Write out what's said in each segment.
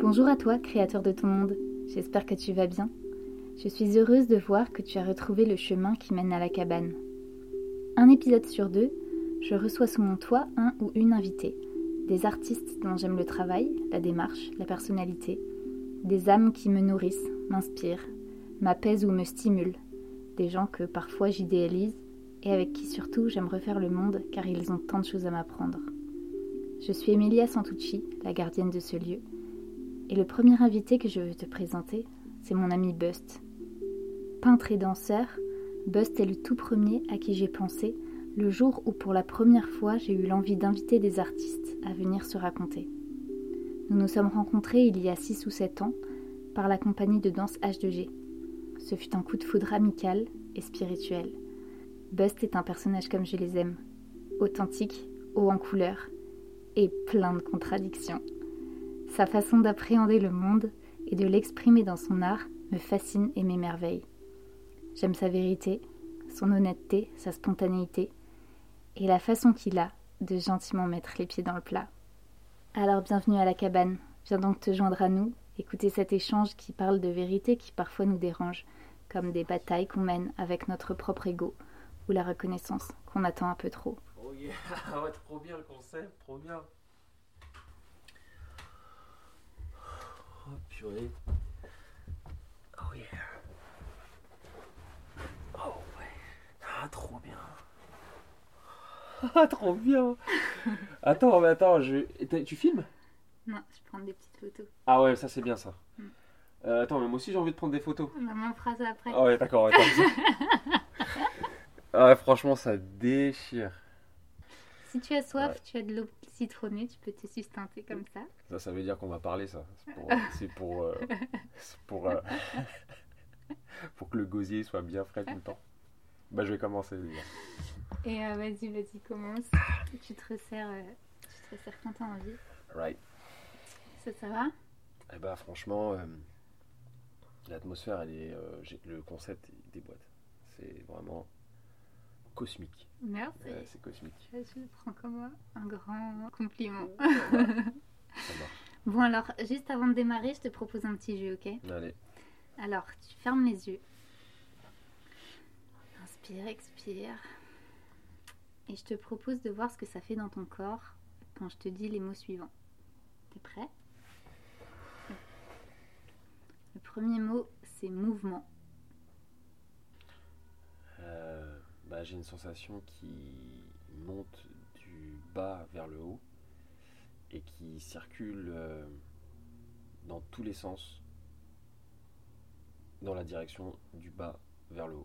Bonjour à toi, créateur de ton monde. J'espère que tu vas bien. Je suis heureuse de voir que tu as retrouvé le chemin qui mène à la cabane. Un épisode sur 2, je reçois sous mon toit un ou une invitée. Des artistes dont j'aime le travail, la démarche, la personnalité. Des âmes qui me nourrissent, m'inspirent, m'apaisent ou me stimulent. Des gens que parfois j'idéalise et avec qui surtout j'aime refaire le monde car ils ont tant de choses à m'apprendre. Je suis Emilia Santucci, la gardienne de ce lieu. Et le premier invité que je veux te présenter, c'est mon ami Bust. Peintre et danseur, Bust est le tout premier à qui j'ai pensé le jour où pour la première fois j'ai eu l'envie d'inviter des artistes à venir se raconter. Nous nous sommes rencontrés il y a 6 ou 7 ans par la compagnie de danse H2G. Ce fut un coup de foudre amical et spirituel. Bust est un personnage comme je les aime, authentique, haut en couleur et plein de contradictions. Sa façon d'appréhender le monde et de l'exprimer dans son art me fascine et m'émerveille. J'aime sa vérité, son honnêteté, sa spontanéité et la façon qu'il a de gentiment mettre les pieds dans le plat. Alors bienvenue à la cabane, viens donc te joindre à nous, écouter cet échange qui parle de vérité qui parfois nous dérange, comme des batailles qu'on mène avec notre propre ego ou la reconnaissance qu'on attend un peu trop. Oh yeah, ouais, trop bien le concept, trop bien. Oh purée. Oh yeah. Oh ouais. Ah, trop bien. Ah, trop bien. Attends, tu filmes? Non, je prends des petites photos. Ah ouais, ça c'est bien ça. Attends, mais moi aussi j'ai envie de prendre des photos. Maman fera ça après. Ah ouais, d'accord, attends. Ah ouais, franchement, ça déchire. Si tu as soif, Ouais. tu as de l'eau citronnée, tu peux te sustenter comme ça. Ça veut dire qu'on va parler, ça. C'est pour que le gosier soit bien frais tout le temps. Bah, je vais commencer déjà. Et vas-y, commence. Tu te resserres quand t'as envie. Right. Ça va? Et bah, franchement, l'atmosphère, le concept, il déboîte. C'est vraiment cosmique. Merci. Ouais, c'est cosmique. Je le prends comme un grand compliment. Ouais, ça marche. Bon alors, juste avant de démarrer, je te propose un petit jeu, ok? Allez. Alors, tu fermes les yeux. Inspire, expire. Et je te propose de voir ce que ça fait dans ton corps quand je te dis les mots suivants. T'es prêt? Le premier mot, c'est mouvement. J'ai une sensation qui monte du bas vers le haut et qui circule dans tous les sens dans la direction du bas vers le haut.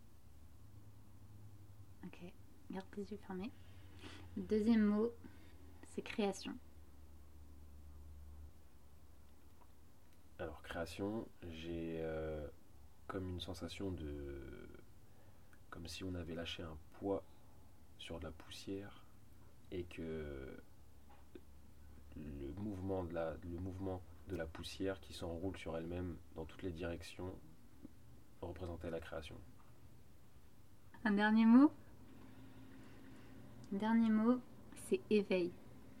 Ok, garde les yeux fermés. Le deuxième mot, c'est création. Alors création, j'ai comme une sensation comme si on avait lâché un poids sur de la poussière et que le mouvement de la poussière qui s'enroule sur elle-même dans toutes les directions représentait la création. Un dernier mot? Le dernier mot, c'est éveil.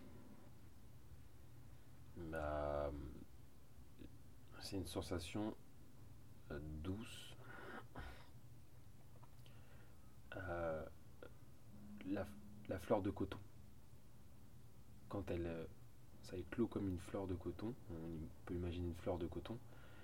C'est une sensation douce. La fleur de coton. Quand ça éclot comme une fleur de coton, on peut imaginer une fleur de coton.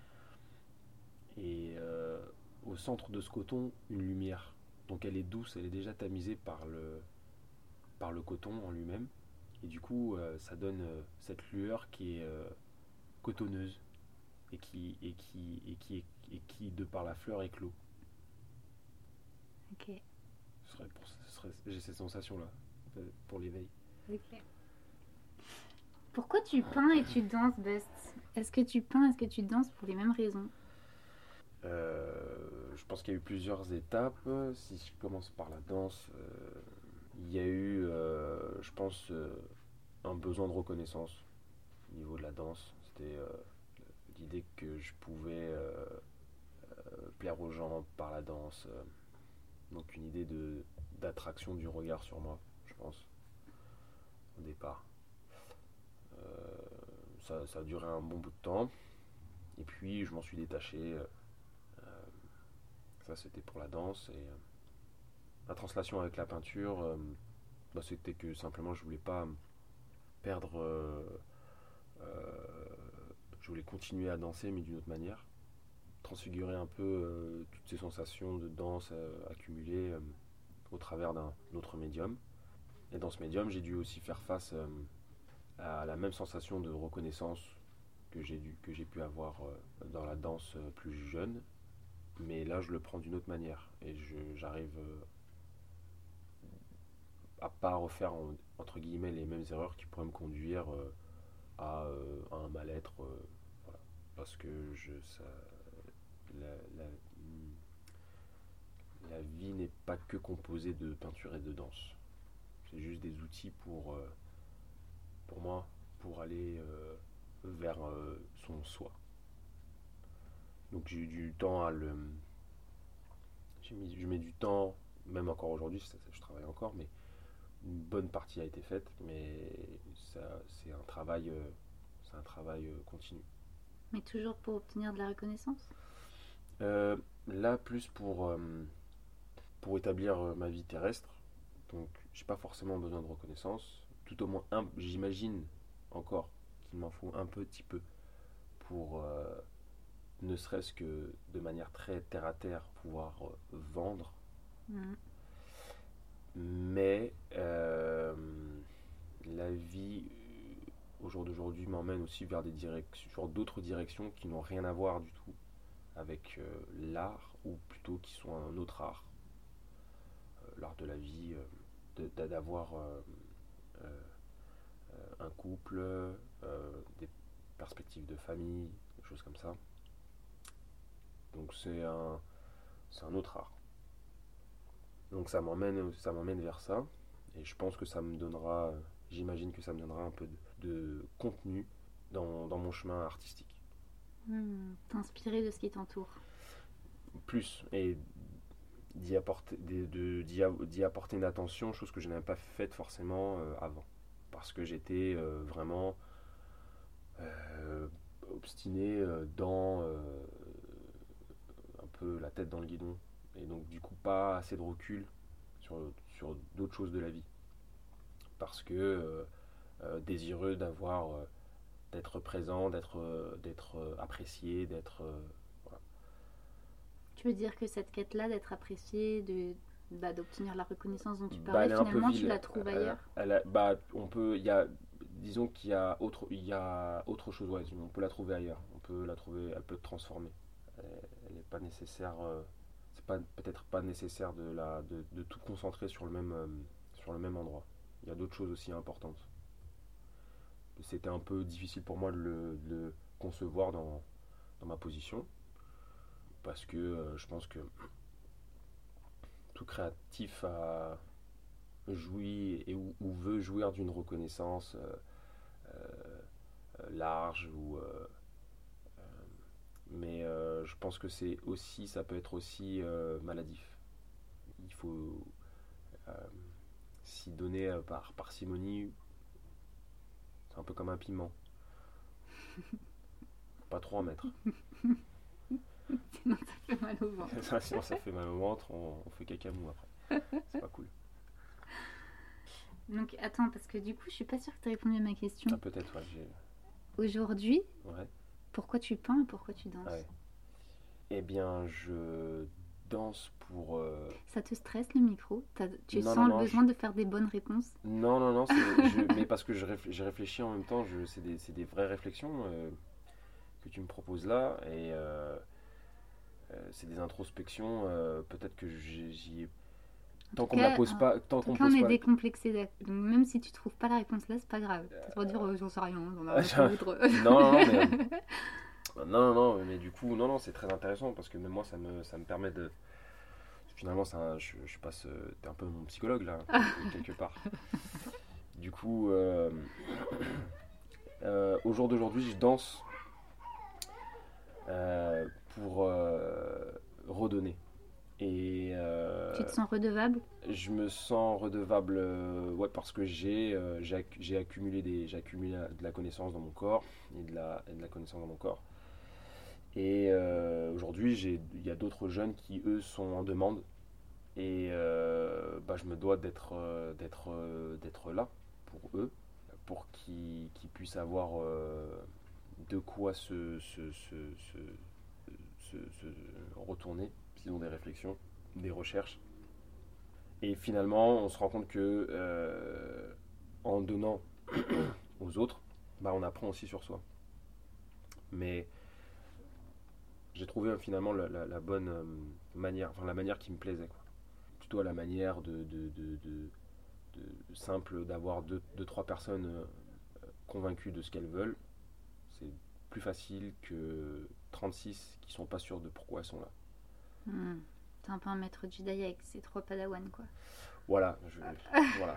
Et au centre de ce coton, une lumière. Donc elle est douce, elle est déjà tamisée par le coton en lui-même. Et du coup, ça donne cette lueur qui est cotonneuse et qui, de par la fleur, éclot. Ok. J'ai cette sensation-là pour l'éveil. Ok. Pourquoi tu peins et tu danses, Bust? Est-ce que tu peins, est-ce que tu danses pour les mêmes raisons? Je pense qu'il y a eu plusieurs étapes. Si je commence par la danse, il y a eu, je pense, un besoin de reconnaissance au niveau de la danse. C'était l'idée que je pouvais plaire aux gens par la danse. Donc une idée d'attraction du regard sur moi, je pense, au départ. ça a duré un bon bout de temps. Et puis je m'en suis détaché. Ça c'était pour la danse. Et la translation avec la peinture, c'était que simplement je voulais pas perdre. Je voulais continuer à danser, mais d'une autre manière. Transfigurer un peu toutes ces sensations de danse accumulées au travers d'un autre médium. Et dans ce médium, j'ai dû aussi faire face à la même sensation de reconnaissance que j'ai pu avoir dans la danse plus jeune. Mais là, je le prends d'une autre manière. Et j'arrive à pas refaire, entre guillemets, les mêmes erreurs qui pourraient me conduire à un mal-être. Voilà. Parce que la, la- la vie n'est pas que composée de peinture et de danse. C'est juste des outils pour moi, pour aller vers son soi. Donc j'ai eu du temps à le. Je mets du temps, même encore aujourd'hui, je travaille encore, mais une bonne partie a été faite, mais c'est un travail continu. Mais toujours pour obtenir de la reconnaissance? Là, plus pour établir ma vie terrestre, donc j'ai pas forcément besoin de reconnaissance, tout au moins j'imagine encore qu'il m'en faut un petit peu pour ne serait-ce que de manière très terre à terre pouvoir vendre. Mhm. Mais la vie au jour d'aujourd'hui m'emmène aussi vers d'autres directions qui n'ont rien à voir du tout avec l'art, ou plutôt qui sont un autre art, l'art de la vie, d'avoir un couple, des perspectives de famille, des choses comme ça. Donc c'est un autre art. Donc ça m'emmène vers ça, et je pense que j'imagine que ça me donnera un peu de contenu dans mon chemin artistique. T'inspirer de ce qui t'entoure. Plus, et d'y apporter une attention, chose que je n'avais pas faite forcément avant. Parce que j'étais vraiment obstiné dans un peu la tête dans le guidon. Et donc du coup pas assez de recul sur d'autres choses de la vie. Parce que désireux d'être présent, d'être apprécié, voilà. Tu veux dire que cette quête-là d'être apprécié, d'obtenir la reconnaissance dont tu Elle parlais, est un peu finalement tu vile. la trouves ailleurs? Disons qu'il y a autre chose, ouais, on peut la trouver ailleurs, elle peut te transformer. Elle n'est pas nécessaire, c'est pas, peut-être pas nécessaire de tout concentrer sur le même endroit. Il y a d'autres choses aussi importantes. C'était un peu difficile pour moi de le concevoir dans ma position, parce que je pense que tout créatif a joui ou veut jouir d'une reconnaissance large, mais je pense que ça peut être aussi maladif. Il faut euh, s'y donner par parcimonie. C'est un peu comme un piment, pas trop en mettre. Sinon ça fait mal au ventre. Sinon ça fait mal au ventre, on fait caca mou après. C'est pas cool. Donc attends, parce que du coup je suis pas sûre que tu as répondu à ma question. Ah, peut-être, ouais. Aujourd'hui, Ouais. pourquoi tu peins et pourquoi tu danses? Ouais. Eh bien, je danse pour. Ça te stresse le micro? Tu Non, sens non, le besoin de faire des bonnes réponses? Non, non, non, mais parce que j'ai réfléchi en même temps, c'est des vraies réflexions que tu me proposes là, et c'est des introspections, peut-être que j'y ai. Tant qu'on me la pose pas, tant qu'on me on pose est pas. décomplexé. Donc même si tu trouves pas la réponse là, c'est pas grave. Tu vas dire j'en sais rien, j'en ai rien à foutre. Non, non, mais. Non, non, non, mais du coup, non, non, c'est très intéressant parce que même moi, ça me permet de. Finalement, je passe. T'es un peu mon psychologue là, quelque part. Du coup, au jour d'aujourd'hui, je danse pour redonner. Et Tu te sens redevable? je me sens redevable, ouais, parce que j'ai accumulé de la connaissance dans mon corps et de la connaissance dans mon corps. Et aujourd'hui, il y a d'autres jeunes qui, eux, sont en demande. Et bah, je me dois d'être là pour eux, pour qu'ils puissent avoir de quoi se retourner s'ils ont des réflexions, des recherches. Et finalement, on se rend compte que en donnant aux autres, bah, on apprend aussi sur soi. Mais j'ai trouvé finalement la bonne manière, enfin la manière qui me plaisait, quoi. Plutôt à la manière simple d'avoir trois personnes convaincues de ce qu'elles veulent. C'est plus facile que 36 qui sont pas sûres de pourquoi elles sont là. T'es un peu un maître Jedi avec ses 3 padawans, quoi. Voilà, voilà.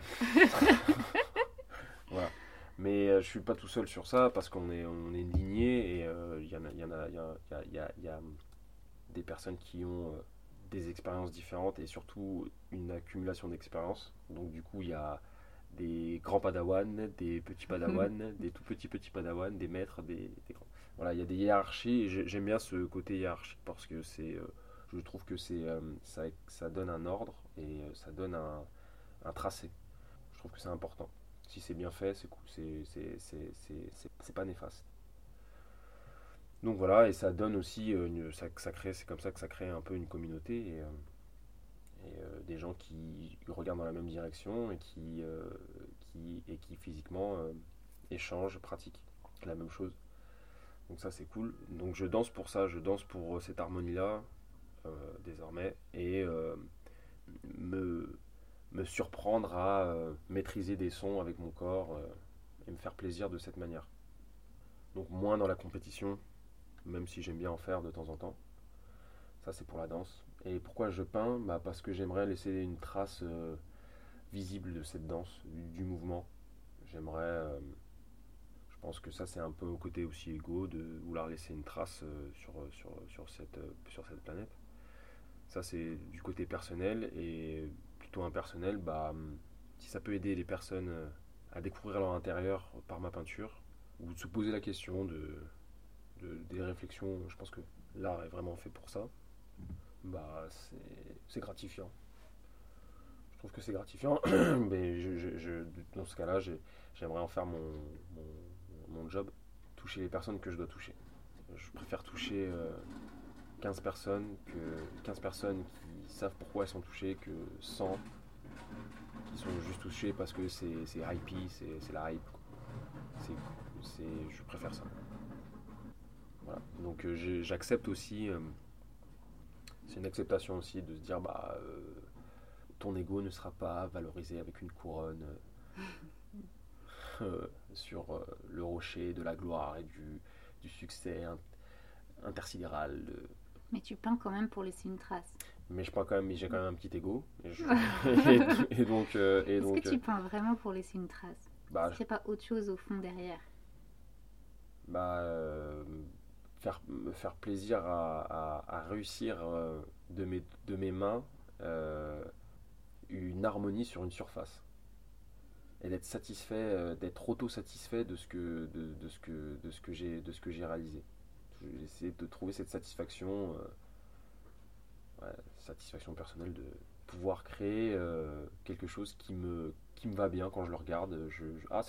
Voilà. Mais je suis pas tout seul sur ça parce on est une lignée et il y a des personnes qui ont des expériences différentes et surtout une accumulation d'expériences. Donc du coup, il y a des grands padawans, des petits padawans, des tout petits padawans, des maîtres, des grands. Voilà, il y a des hiérarchies et j'aime bien ce côté hiérarchique parce que je trouve que ça donne un ordre et ça donne un tracé. Je trouve que c'est important. Si c'est bien fait, c'est cool, c'est pas néfaste. Donc voilà, et ça donne aussi, c'est comme ça que ça crée un peu une communauté des gens qui regardent dans la même direction et qui physiquement échangent, pratiquent la même chose. Donc ça c'est cool. Donc je danse pour ça, je danse pour cette harmonie-là désormais et me, me surprendre à maîtriser des sons avec mon corps et me faire plaisir de cette manière. Donc moins dans la compétition, même si j'aime bien en faire de temps en temps. Ça c'est pour la danse. Et pourquoi je peins? Bah, parce que j'aimerais laisser une trace visible de cette danse, du mouvement. J'aimerais, je pense que ça c'est un peu au côté aussi égo de vouloir laisser une trace sur cette planète. Ça c'est du côté personnel et plutôt impersonnel, bah, si ça peut aider les personnes à découvrir leur intérieur par ma peinture, ou de se poser la question des réflexions, je pense que l'art est vraiment fait pour ça, bah c'est gratifiant. Je trouve que c'est gratifiant, mais dans ce cas-là, j'aimerais en faire mon job, toucher les personnes que je dois toucher. Je préfère toucher 15 personnes qui savent pourquoi elles sont touchées que 100 qui sont juste touchées parce que c'est hypey, c'est la hype. Je préfère ça. Voilà. Donc j'accepte aussi, c'est une acceptation aussi de se dire bah ton ego ne sera pas valorisé avec une couronne sur le rocher de la gloire et du succès intersidéral. Mais tu peins quand même pour laisser une trace. Mais je peins quand même, mais j'ai quand même un petit ego. Et donc, Est-ce que tu peins vraiment pour laisser une trace? Bah, c'est pas autre chose au fond derrière? Bah, me faire plaisir à réussir de mes mains une harmonie sur une surface et d'être satisfait, d'être auto-satisfait de ce que j'ai réalisé. J'ai essayé de trouver cette satisfaction, satisfaction personnelle de pouvoir créer quelque chose qui me va bien quand je le regarde. Ah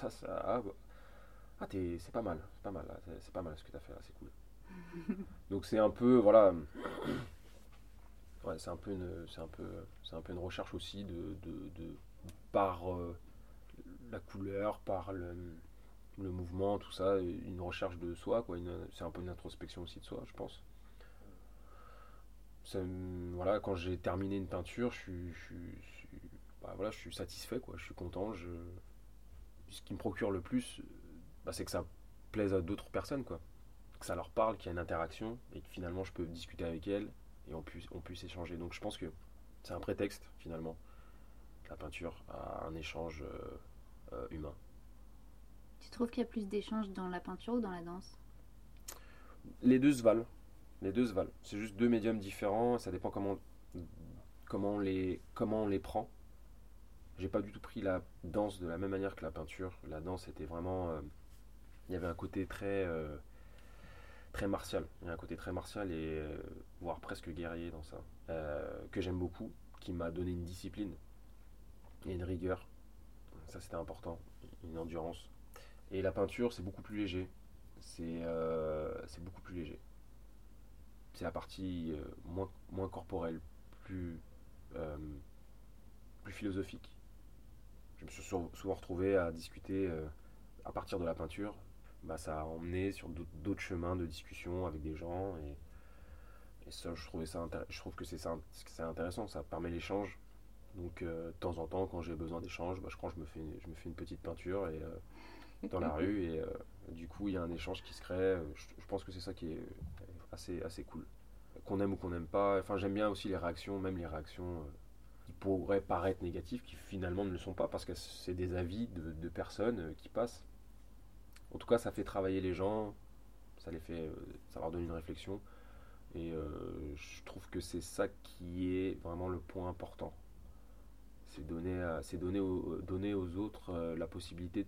c'est pas mal, c'est pas mal ce que tu as fait là, c'est cool. Donc c'est un peu, voilà, ouais, c'est un peu une recherche aussi par la couleur, par le mouvement, tout ça, une recherche de soi, quoi. C'est un peu une introspection aussi de soi, je pense. Voilà, quand j'ai terminé une peinture, bah, voilà, je suis satisfait, quoi. Je suis content. Ce qui me procure le plus, bah, c'est que ça plaise à d'autres personnes, quoi. Que ça leur parle, qu'il y a une interaction et que finalement je peux discuter avec elles et on puisse échanger. Donc je pense que c'est un prétexte finalement, la peinture, à un échange humain. Tu trouves qu'il y a plus d'échanges dans la peinture ou dans la danse? Les deux se valent. Les deux se valent. C'est juste deux médiums différents, ça dépend comment comment on les prend. J'ai pas du tout pris la danse de la même manière que la peinture. La danse était vraiment, il y avait un côté très martial. Il y a un côté très martial et voire presque guerrier dans ça, que j'aime beaucoup, qui m'a donné une discipline et une rigueur. Ça c'était important, une endurance. Et la peinture c'est beaucoup plus léger. C'est beaucoup plus léger. C'est la partie moins corporelle, plus, euh, plus philosophique. Je me suis souvent retrouvé à discuter à partir de la peinture. Bah, ça a emmené sur d'autres chemins de discussion avec des gens. Et ça, je trouve que c'est intéressant. Ça permet l'échange. Donc, de temps en temps, quand j'ai besoin d'échange, bah, je me fais une petite peinture dans la rue. Et du coup, il y a un échange qui se crée. Je pense que c'est ça qui est assez cool. Qu'on aime ou qu'on n'aime pas. Enfin, j'aime bien aussi les réactions, même les réactions qui pourraient paraître négatives, qui finalement ne le sont pas, parce que c'est des avis de personnes qui passent. En tout cas, ça fait travailler les gens, ça leur donne une réflexion, et je trouve que c'est ça qui est vraiment le point important. Donner aux autres la possibilité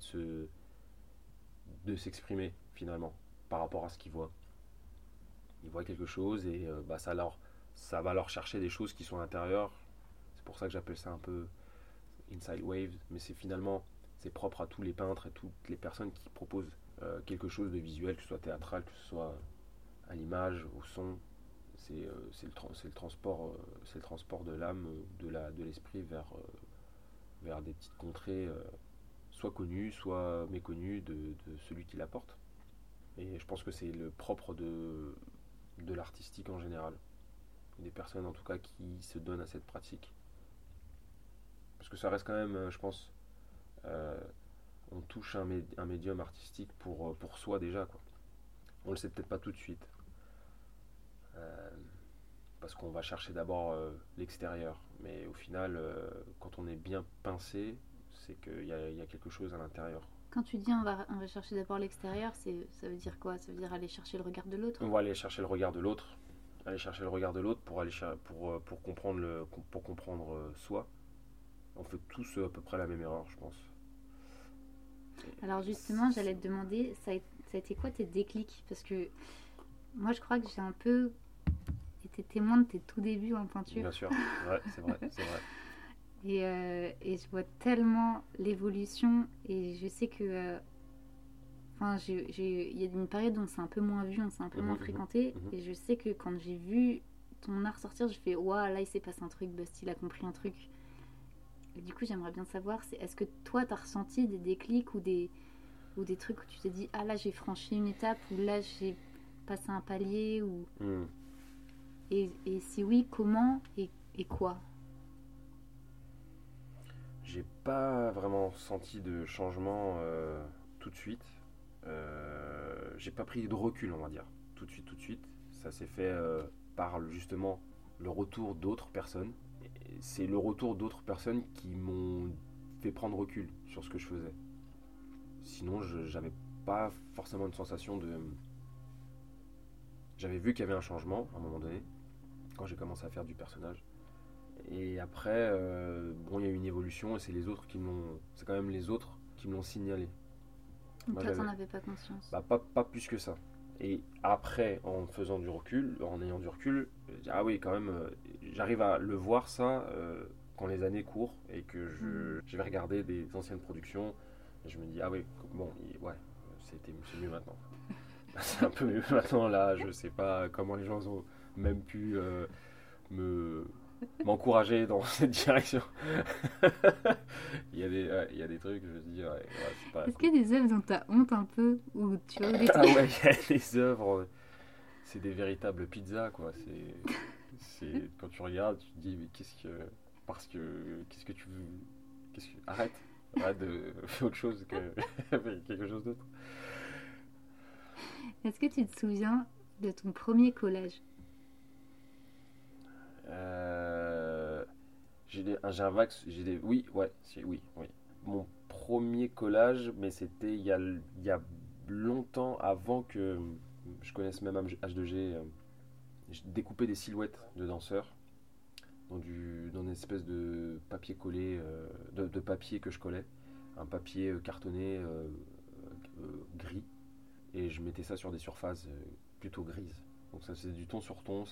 de s'exprimer finalement par rapport à ce qu'ils voient. Ils voient quelque chose et bah, ça va leur chercher des choses qui sont à l'intérieur. C'est pour ça que j'appelle ça un peu inside waves, mais c'est propre à tous les peintres et toutes les personnes qui proposent quelque chose de visuel, que ce soit théâtral, que ce soit à l'image, au son. C'est le transport de l'âme, de l'esprit vers des petites contrées, soit connues, soit méconnues de celui qui la porte. Et je pense que c'est le propre de l'artistique en général. Des personnes en tout cas qui se donnent à cette pratique. Parce que ça reste quand même, je pense, euh, on touche un médium artistique pour soi déjà, quoi. On le sait peut-être pas tout de suite. Euh, Parce qu'on va chercher d'abord l'extérieur. Mais au final, quand on est bien pincé, c'est qu'il y a quelque chose à l'intérieur. Quand tu dis on va chercher d'abord l'extérieur, ça veut dire quoi? Ça veut dire aller chercher le regard de l'autre? On va aller chercher le regard de l'autre. Aller chercher le regard de l'autre pour comprendre soi. On fait tous à peu près la même erreur, je pense. Alors justement, j'allais te demander, ça a été quoi tes déclics? Parce que moi, je crois que j'ai un peu été témoin de tes tout débuts en peinture. Bien sûr, ouais, c'est vrai, c'est vrai. Et je vois tellement l'évolution et je sais que... Enfin, il y a une période où on s'est un peu moins vu, on s'est un peu moins fréquenté. Et je sais que quand j'ai vu ton art sortir, je fais waouh, là il s'est passé un truc, Bust, il a compris un truc. Et du coup, j'aimerais bien savoir, est-ce que toi t'as ressenti des déclics ou des trucs où tu t'es dit ah là j'ai franchi une étape ou là j'ai passé un palier ou et si oui, comment et quoi? J'ai pas vraiment senti de changement tout de suite. J'ai pas pris de recul, on va dire, tout de suite, tout de suite. Ça s'est fait par justement le retour d'autres personnes. Et c'est le retour d'autres personnes qui m'ont fait prendre recul sur ce que je faisais. Sinon, j'avais pas forcément une sensation de. J'avais vu qu'il y avait un changement à un moment donné, quand j'ai commencé à faire du personnage. Et après, bon, il y a eu une évolution et c'est quand même les autres qui me l'ont signalé. Donc Moi, toi t'en avais pas conscience? bah, pas plus que ça. Et après, en ayant du recul, je dis, ah oui, quand même, j'arrive à le voir ça quand les années courent et que je vais regarder des anciennes productions et je me dis, ah oui, bon, ouais, c'est mieux maintenant. C'est un peu mieux maintenant là, je sais pas comment les gens ont même pu me m'encourager dans cette direction. Il y a des trucs, je veux dire, c'est pas Est-ce cool. qu'il y a des œuvres dont t'as honte un peu ou tu vois des Ah trucs? ouais, il y a des œuvres, c'est des véritables pizzas, quoi. Quand tu regardes, tu te dis, mais qu'est-ce que tu veux, arrête de faire autre chose que faire quelque chose d'autre. Est-ce que tu te souviens de ton premier collage? Euh, j'ai un vague, oui, ouais, oui. Mon premier collage, mais c'était il y a longtemps avant que je connaisse même H2G. Je découpais des silhouettes de danseurs dans une espèce de papier collé, de papier que je collais, un papier cartonné gris, et je mettais ça sur des surfaces plutôt grises. Donc ça c'était du ton sur ton,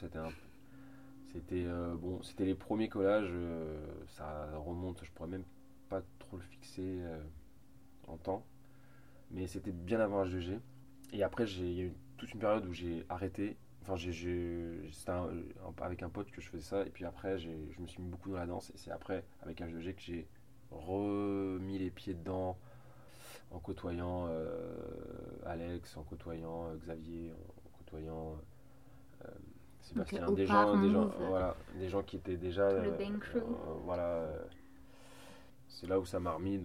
c'était les premiers collages, ça remonte, je pourrais même pas trop le fixer en temps, mais c'était bien avant H2G. Et après il y a eu toute une période où j'ai arrêté. Enfin, c'était avec un pote que je faisais ça, et puis après je me suis mis beaucoup dans la danse, et c'est après avec H2G que j'ai remis les pieds dedans en côtoyant Alex, en côtoyant Xavier, en côtoyant Sébastien, Donc, Move, voilà, des gens qui étaient déjà tout le Bang Crew. voilà, c'est là où ça m'a remis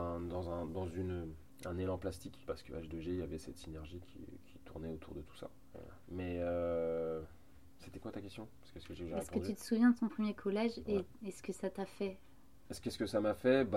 un élan plastique, parce que H2G, il y avait cette synergie qui tournait autour de tout ça. Mais c'était quoi ta question? Parce que est-ce que tu te souviens de ton premier collage, et est-ce que ça t'a fait? Qu'est-ce que ça m'a fait?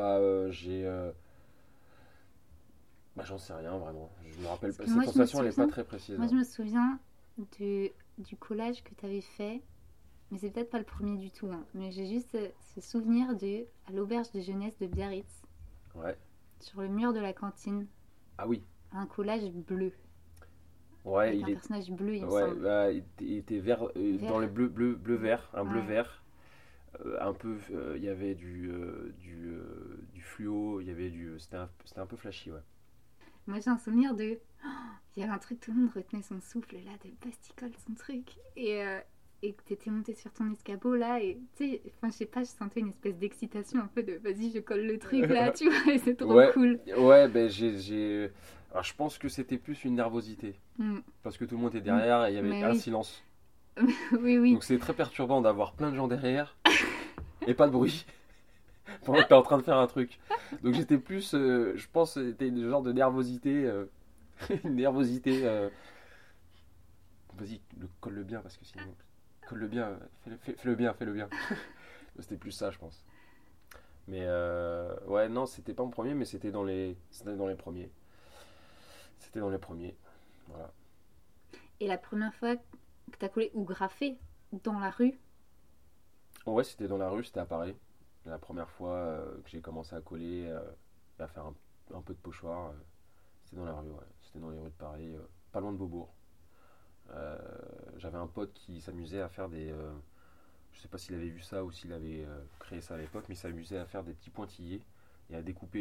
J'en sais rien vraiment. Je me rappelle pas. Cette sensation, elle n'est pas très précise. Moi, je me souviens du collage que tu avais fait, mais c'est peut-être pas le premier du tout. Hein, mais j'ai juste ce souvenir à l'auberge de jeunesse de Biarritz. Ouais. Sur le mur de la cantine. Ah oui. Un collage bleu. Ouais, avec un personnage bleu, il me semble. Bah, il était vert, dans les bleu-vert, un bleu vert. Un peu, il y avait du fluo, il y avait c'était un peu flashy, ouais. Moi j'ai un souvenir il y avait un truc, tout le monde retenait son souffle là, de basticole son truc, et que t'étais monté sur ton escabeau là, et tu sais, enfin je sais pas, je sentais une espèce d'excitation un peu de vas-y je colle le truc là, tu vois, et c'est trop cool. Ouais, ben alors je pense que c'était plus une nervosité, parce que tout le monde était derrière et il y avait un silence. Oui. Donc c'est très perturbant d'avoir plein de gens derrière et pas de bruit pendant que t'es en train de faire un truc. Donc j'étais plus, je pense, c'était une genre de nervosité, une nervosité. Vas-y, colle-le bien, parce que sinon, colle-le bien, fais-le bien. C'était plus ça, je pense. Mais ouais, non, c'était pas mon premier, mais c'était dans les premiers. C'était dans les premiers, voilà. Et la première fois que t'as collé ou graffé dans la rue? Ouais, c'était dans la rue, c'était à Paris. La première fois que j'ai commencé à coller, à faire un peu de pochoir, c'était dans la rue, ouais. C'était dans les rues de Paris, pas loin de Beaubourg. J'avais un pote qui s'amusait à faire je sais pas s'il avait vu ça ou s'il avait créé ça à l'époque, mais il s'amusait à faire des petits pointillés et à découper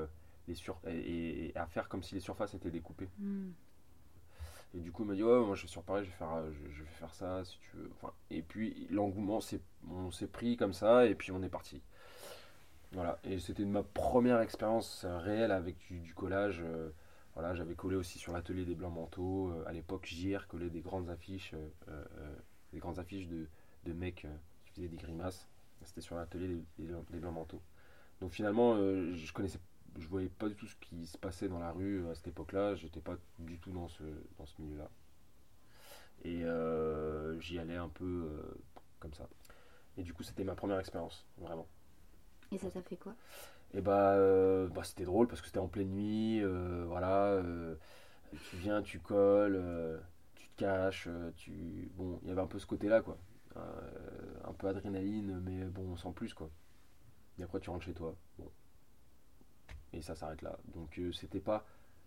et à faire comme si les surfaces étaient découpées. Et du coup, il m'a dit, ouais, moi je suis sur Paris, je vais faire ça si tu veux. Enfin, et puis l'engouement, on s'est pris comme ça, et puis on est parti. Voilà, et c'était ma première expérience réelle avec du collage. Voilà, j'avais collé aussi sur l'atelier des Blancs Manteaux. À l'époque, JR collait des grandes affiches, de mecs qui faisaient des grimaces. C'était sur l'atelier des Blancs Manteaux. Donc finalement, je voyais pas du tout ce qui se passait dans la rue à cette époque-là. J'étais pas du tout dans ce milieu-là. Et j'y allais un peu comme ça. Et du coup, c'était ma première expérience, vraiment. Et ça t'a fait quoi? Et c'était drôle parce que c'était en pleine nuit, voilà. Tu viens, tu colles, tu te caches, bon, il y avait un peu ce côté-là, quoi. Un peu adrénaline, mais bon, sans plus, quoi. Et après, tu rentres chez toi, bon. Et ça s'arrête là. Donc c'était pas,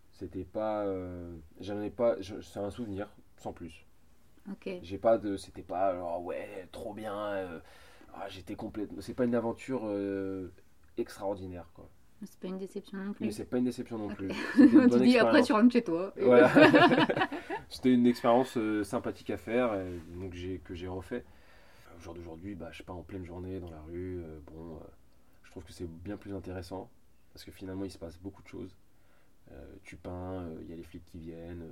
c'est un souvenir, sans plus. Ok. C'était pas, alors, ouais, trop bien. J'étais complètement. C'est pas une aventure extraordinaire, quoi. C'est pas une déception non plus. Mais c'est pas une déception non plus. Tu dis après tu rentres chez toi. Voilà. C'était une expérience sympathique à faire, donc que j'ai refait. Au jour d'aujourd'hui, je sais pas, en pleine journée dans la rue, je trouve que c'est bien plus intéressant parce que finalement il se passe beaucoup de choses. Tu peins, il y a les flics qui viennent.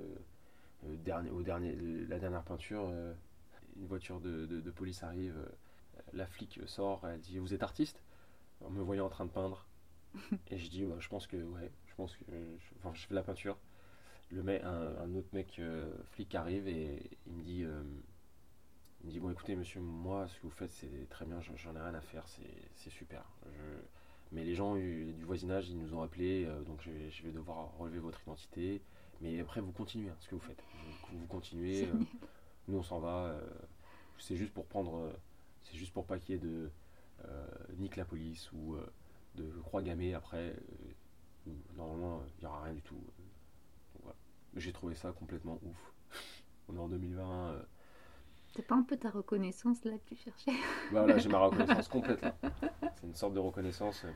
La dernière peinture, une voiture de police arrive, la flic sort, elle dit vous êtes artiste? En me voyant en train de peindre. Et je dis je pense que ouais, je fais de la peinture. Un autre mec flic arrive et il me dit bon écoutez monsieur, moi ce que vous faites c'est très bien, j'en ai rien à faire, c'est super. Mais les gens du voisinage ils nous ont appelés, donc je vais devoir relever votre identité. Mais après vous continuez ce que vous faites. Vous continuez, nous on s'en va. C'est juste pour prendre C'est juste pour pas qu'il y ait de nique la police ou de croix gammée après. Normalement, il n'y aura rien du tout. Donc, voilà. J'ai trouvé ça complètement ouf. On est en 2020. C'est pas un peu ta reconnaissance là que tu cherchais? Voilà, j'ai ma reconnaissance complète là. C'est une sorte de reconnaissance.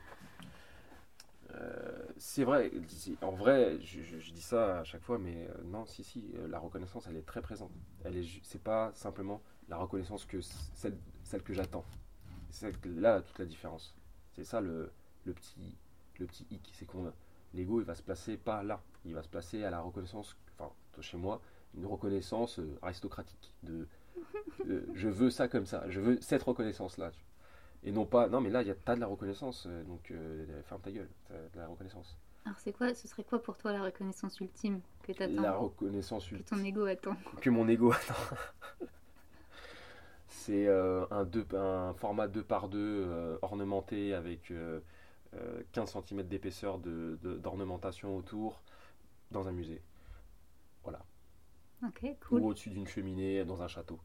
C'est vrai, en vrai, je dis ça à chaque fois, mais non, si, la reconnaissance, elle est très présente. C'est pas simplement la reconnaissance que celle que j'attends. C'est là toute la différence. C'est ça le petit, le petit hic, c'est qu'on l'ego, il va se placer pas là, il va se placer à la reconnaissance, enfin, chez moi, une reconnaissance aristocratique je veux ça comme ça, je veux cette reconnaissance là. Et non pas, non mais là, t'as de la reconnaissance, donc ferme ta gueule, t'as de la reconnaissance. Alors ce serait quoi pour toi la reconnaissance ultime que t'attends? La reconnaissance que ton ego attend? Que mon ego attend. C'est un format 2 par 2 ornementé avec 15 cm d'épaisseur d'ornementation autour dans un musée. Voilà. Ok, cool. Ou au-dessus d'une cheminée dans un château.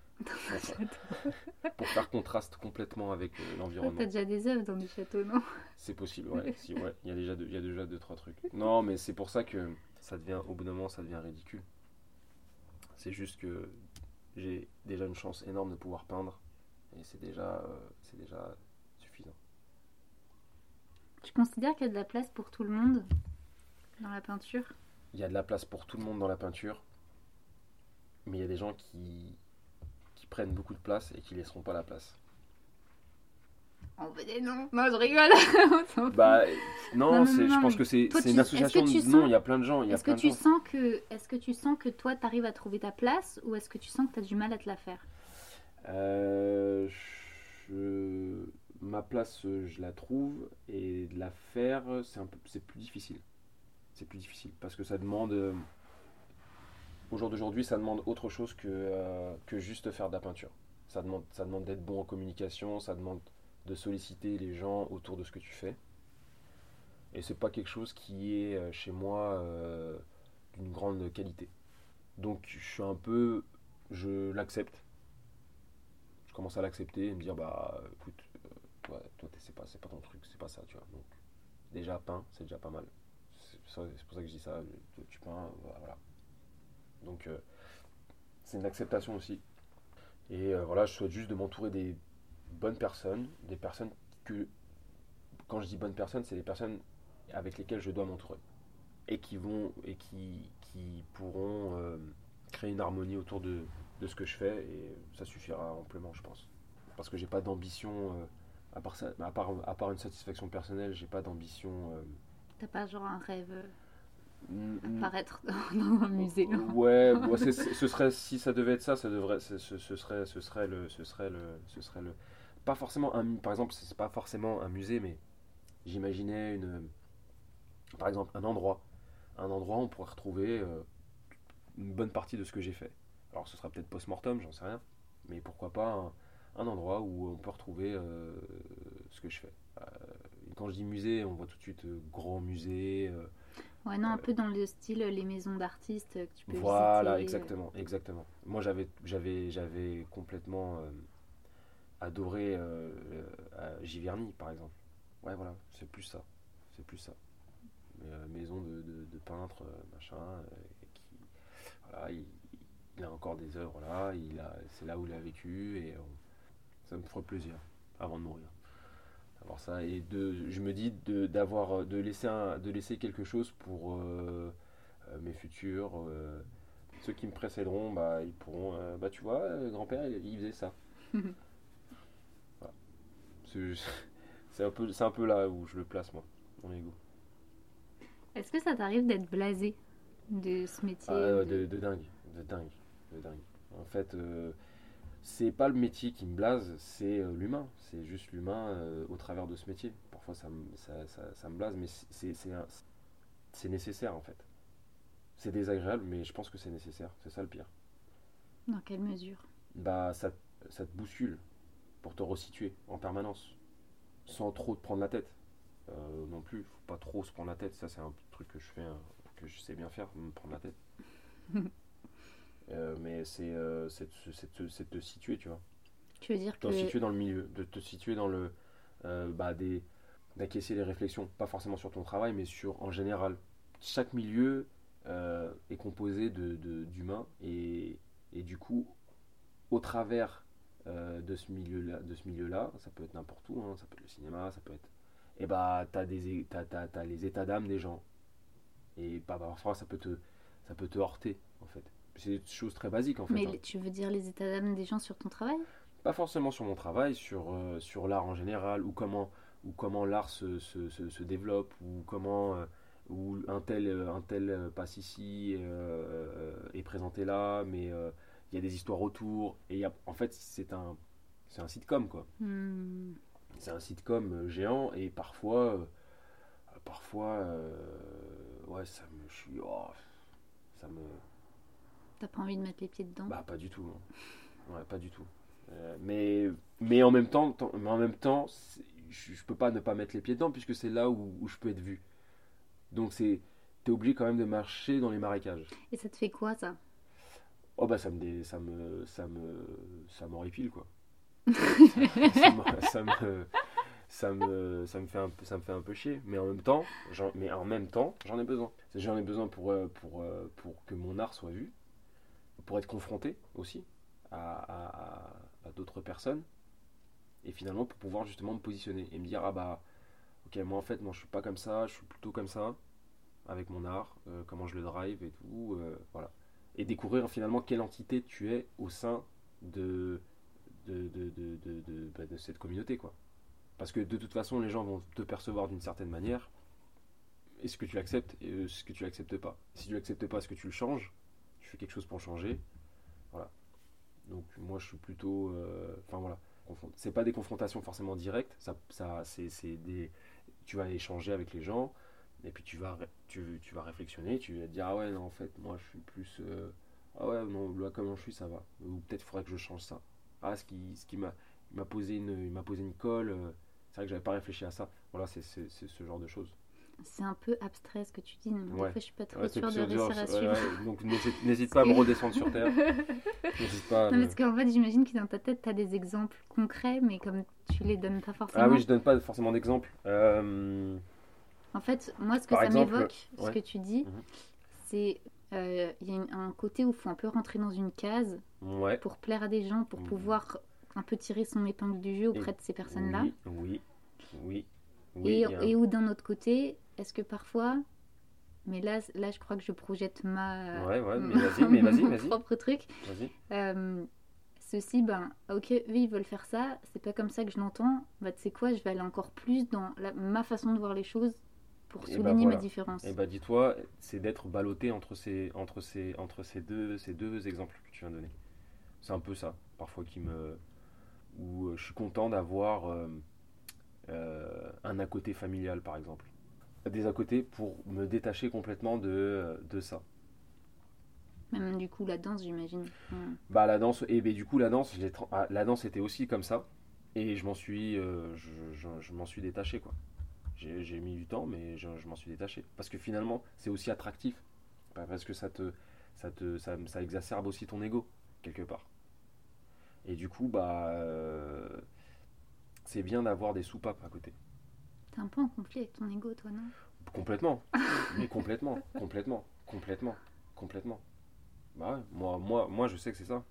Pour faire contraste complètement avec l'environnement. T'as déjà des œuvres dans des châteaux, non? C'est possible, ouais. Si, ouais. Il y a déjà deux, trois trucs. Non, mais c'est pour ça que ça devient, au bout d'un moment, ça devient ridicule. C'est juste que j'ai déjà une chance énorme de pouvoir peindre. Et c'est déjà suffisant. Tu considères qu'il y a de la place pour tout le monde dans la peinture? Il y a de la place pour tout le monde dans la peinture. Mais il y a des gens qui prennent beaucoup de place et qui laisseront pas la place. On veut des noms. Non, je rigole. Bah non, je pense que c'est une association de noms. Il y a plein de gens. Est-ce que tu sens que toi t'arrives à trouver ta place, ou est-ce que tu sens que t'as du mal à te la faire? Ma place, je la trouve, et de la faire, c'est plus difficile. C'est plus difficile parce que ça demande, au jour d'aujourd'hui, ça demande autre chose que juste faire de la peinture. Ça demande d'être bon en communication, ça demande de solliciter les gens autour de ce que tu fais. Et c'est pas quelque chose qui est chez moi d'une grande qualité. Donc je l'accepte. Je commence à l'accepter et me dire bah écoute, toi c'est pas ton truc, c'est pas ça, tu vois. Donc déjà peint, c'est déjà pas mal. C'est pour ça que je dis ça. Tu peins, voilà. Donc c'est une acceptation aussi. Et voilà, je souhaite juste de m'entourer des des personnes que, quand je dis bonnes personnes, c'est des personnes avec lesquelles je dois m'entourer et qui pourront créer une harmonie autour de ce que je fais, et ça suffira amplement, je pense. Parce que j'ai pas d'ambition, à part une satisfaction personnelle, j'ai pas d'ambition. T'as pas genre un rêve apparaître dans un musée? Ouais, ce serait, si ça devait être ça, ce serait le, pas forcément par exemple, c'est pas forcément un musée, mais j'imaginais par exemple un endroit où on pourrait retrouver une bonne partie de ce que j'ai fait. Alors ce sera peut-être post-mortem, j'en sais rien, mais pourquoi pas un endroit où on peut retrouver ce que je fais. Quand je dis musée, on voit tout de suite grand musée. Ouais, non, un peu dans le style les maisons d'artistes que tu peux visiter. Voilà, exactement. Moi, j'avais complètement adoré Giverny, par exemple. Ouais, voilà, c'est plus ça. Maison de peintre, machin, voilà, il a encore des œuvres là, c'est là où il a vécu, et ça me ferait plaisir, avant de mourir. Avoir ça, et je me dis de laisser quelque chose pour mes futurs, ceux qui me précéderont, bah ils pourront, bah tu vois, grand-père il faisait ça. Voilà. C'est un peu là où je le place, moi, mon ego. Est-ce que ça t'arrive d'être blasé de ce métier? De dingue. En fait, c'est pas le métier qui me blase, c'est l'humain. C'est juste l'humain au travers de ce métier. Parfois ça me blase, mais c'est nécessaire en fait. C'est désagréable, mais je pense que c'est nécessaire. C'est ça le pire. Dans quelle mesure? Bah, ça te bouscule pour te resituer en permanence, sans trop te prendre la tête. Non plus, faut pas trop se prendre la tête. Ça, c'est un truc que je fais, que je sais bien faire, me prendre la tête. Mais c'est de te situer, tu vois. Tu veux dire de te situer dans le milieu, de te situer dans le d'acquiescer les réflexions, pas forcément sur ton travail, mais en général. Chaque milieu est composé d'humains et du coup, au travers de ce milieu-là, ça peut être n'importe où, hein, ça peut être le cinéma, ça peut être. Et bah, t'as les états d'âme des gens. Et bah, parfois, ça peut te heurter, en fait. C'est des choses très basiques, en fait. Mais Hein. tu veux dire les états d'âme des gens sur ton travail? Pas forcément sur mon travail, sur l'art en général, ou comment l'art se développe, ou comment ou un tel passe ici, est présenté là, mais il y a des histoires autour, et en fait c'est un sitcom quoi. C'est un sitcom géant, et parfois ouais, ça me. T'as pas envie de mettre les pieds dedans? Bah pas du tout, non. Ouais, pas du tout. Mais en même temps, je peux pas ne pas mettre les pieds dedans puisque c'est là où je peux être vu. Donc t'es obligé quand même de marcher dans les marécages. Et ça te fait quoi, ça? Oh bah ça m'horripile quoi. Ça me, ça me fait un peu chier. Mais en même temps, j'en ai besoin. J'en ai besoin pour que mon art soit vu, pour être confronté aussi à d'autres personnes, et finalement pour pouvoir justement me positionner et me dire ah bah ok, moi en fait non, je suis pas comme ça, je suis plutôt comme ça avec mon art, comment je le drive et tout, voilà, et découvrir finalement quelle entité tu es au sein de cette communauté quoi, parce que de toute façon les gens vont te percevoir d'une certaine manière, et ce que tu acceptes et ce que tu acceptes pas. Si tu acceptes pas, ce que tu le changes, tu fais quelque chose pour le changer, voilà. Donc moi je suis plutôt, enfin voilà, c'est pas des confrontations forcément directes, c'est des, tu vas échanger avec les gens, et puis tu vas réflexionner, tu vas te dire ah ouais non en fait moi je suis plus, ah ouais non là comment je suis ça va, ou peut-être il faudrait que je change ça, ah ce qui il m'a posé une colle, c'est vrai que j'avais pas réfléchi à ça, voilà, c'est ce genre de choses. C'est un peu abstrait ce que tu dis, mais des Ouais. fois je suis pas trop Ouais, sûre de réussir à ouais, suivre. ouais. Donc n'hésite pas à me redescendre sur terre. N'hésite pas à Non, me... parce qu'en fait, j'imagine que dans ta tête, tu as des exemples concrets, mais comme tu les donnes pas forcément. Ah oui, je donne pas forcément d'exemple. En fait, moi, ce que Par ça exemple, m'évoque, ce ouais. que tu dis, Mhm. c'est il y a un côté où il faut un peu rentrer dans une case Ouais. pour plaire à des gens, pour Mhm. pouvoir un peu tirer son épingle du jeu auprès de ces personnes-là. Oui, oui, oui. Et, Il y a un- et où d'un autre côté, est-ce que parfois, mais là je crois que je projette Ouais, mais vas-y, mon vas-y. propre truc. Vas-y. Ceci, ben, ok, eux ils veulent faire ça, c'est pas comme ça que je l'entends. Bah, tu sais quoi, je vais aller encore plus dans ma façon de voir les choses pour Et bah souligner voilà. ma différence. Et bah dis-toi, c'est d'être ballotté ces deux exemples que tu viens de donner. C'est un peu ça, parfois où je suis content d'avoir un à côté familial, par exemple. Des à côté pour me détacher complètement de ça. Même du coup, la danse, j'imagine. Bah la danse, et bah, du coup la danse était aussi comme ça, et je m'en suis détaché quoi. J'ai mis du temps, mais je m'en suis détaché. Parce que finalement, c'est aussi attractif. Parce que ça exacerbe aussi ton ego, quelque part. Et du coup, bah, c'est bien d'avoir des soupapes à côté. T'es un peu en conflit avec ton ego, toi, non? Complètement. Mais complètement. Bah ouais, moi je sais que c'est ça.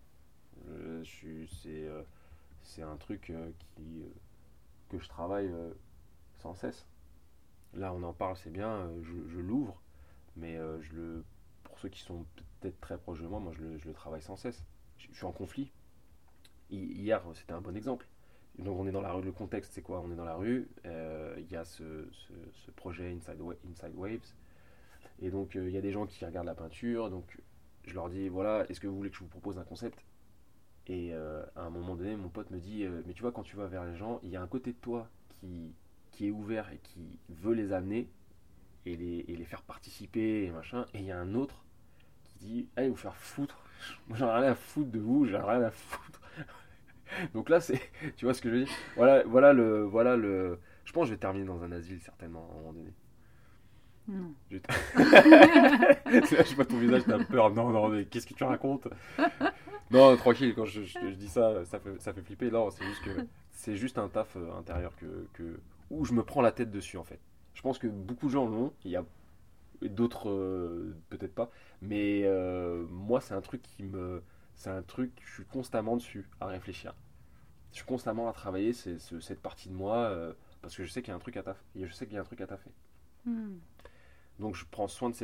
C'est un truc que je travaille sans cesse. Là, on en parle, c'est bien, je l'ouvre, mais pour ceux qui sont peut-être très proches de moi, je le travaille sans cesse. Je suis en conflit. Hier, c'était un bon exemple. Donc, on est dans la rue. Le contexte, c'est quoi? On est dans la rue. Il y a ce projet Inside Waves. Et donc, il y a des gens qui regardent la peinture. Donc, je leur dis voilà, est-ce que vous voulez que je vous propose un concept? Et à un moment donné, mon pote me dit mais tu vois, quand tu vas vers les gens, il y a un côté de toi qui est ouvert et qui veut les amener et les faire participer et machin. Et il y a un autre qui dit allez vous faire foutre. Moi j'en ai rien à foutre de vous, j'en ai rien à foutre. Donc là c'est, tu vois ce que je veux dire. Voilà le. Je pense que je vais terminer dans un asile certainement à un moment donné. Non. C'est là, je vois ton visage, t'as peur. Non, mais qu'est-ce que tu racontes? Non, tranquille, quand je dis ça, ça fait flipper. Non, c'est juste que c'est juste un taf intérieur où je me prends la tête dessus en fait. Je pense que beaucoup de gens l'ont, il y a d'autres peut-être pas, mais moi c'est un truc c'est un truc, je suis constamment dessus à réfléchir. Je suis constamment à travailler cette partie de moi parce que je sais qu'il y a un truc à taffer. Je sais qu'il y a un truc à taffer. Hmm. Donc je prends soin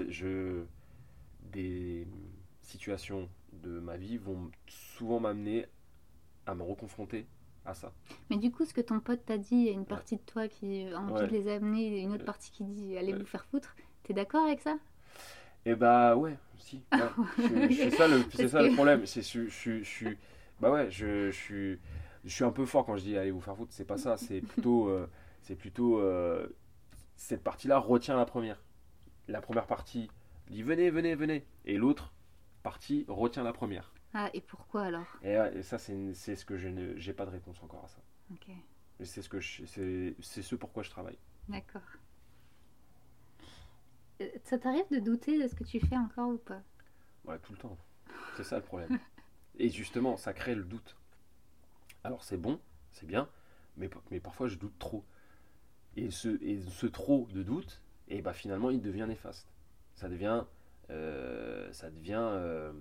des situations de ma vie vont souvent m'amener à me reconfronter à ça. Mais du coup, ce que ton pote t'a dit, il y a une Ouais. partie de toi qui a envie Ouais. de les amener, et une autre partie qui dit allez Ouais. vous faire foutre. T'es d'accord avec ça? Et bah ouais, si. Ouais. C'est ça le que- problème. Bah ouais, je suis un peu fort quand je dis allez vous faire foutre. C'est pas ça. C'est plutôt cette partie-là retient la première. La première partie dit venez, venez, venez. Et l'autre partie retient la première. Ah, et pourquoi alors? Et ça, c'est ce que j'ai pas de réponse encore à ça. Ok, Et c'est ce pourquoi je travaille. d'accord. Ça t'arrive de douter de ce que tu fais encore ou pas? Ouais, tout le temps. C'est ça le problème. Et justement, ça crée le doute. Alors c'est bon, c'est bien, mais parfois je doute trop. Et ce trop de doute, et bah finalement il devient néfaste. Ça devient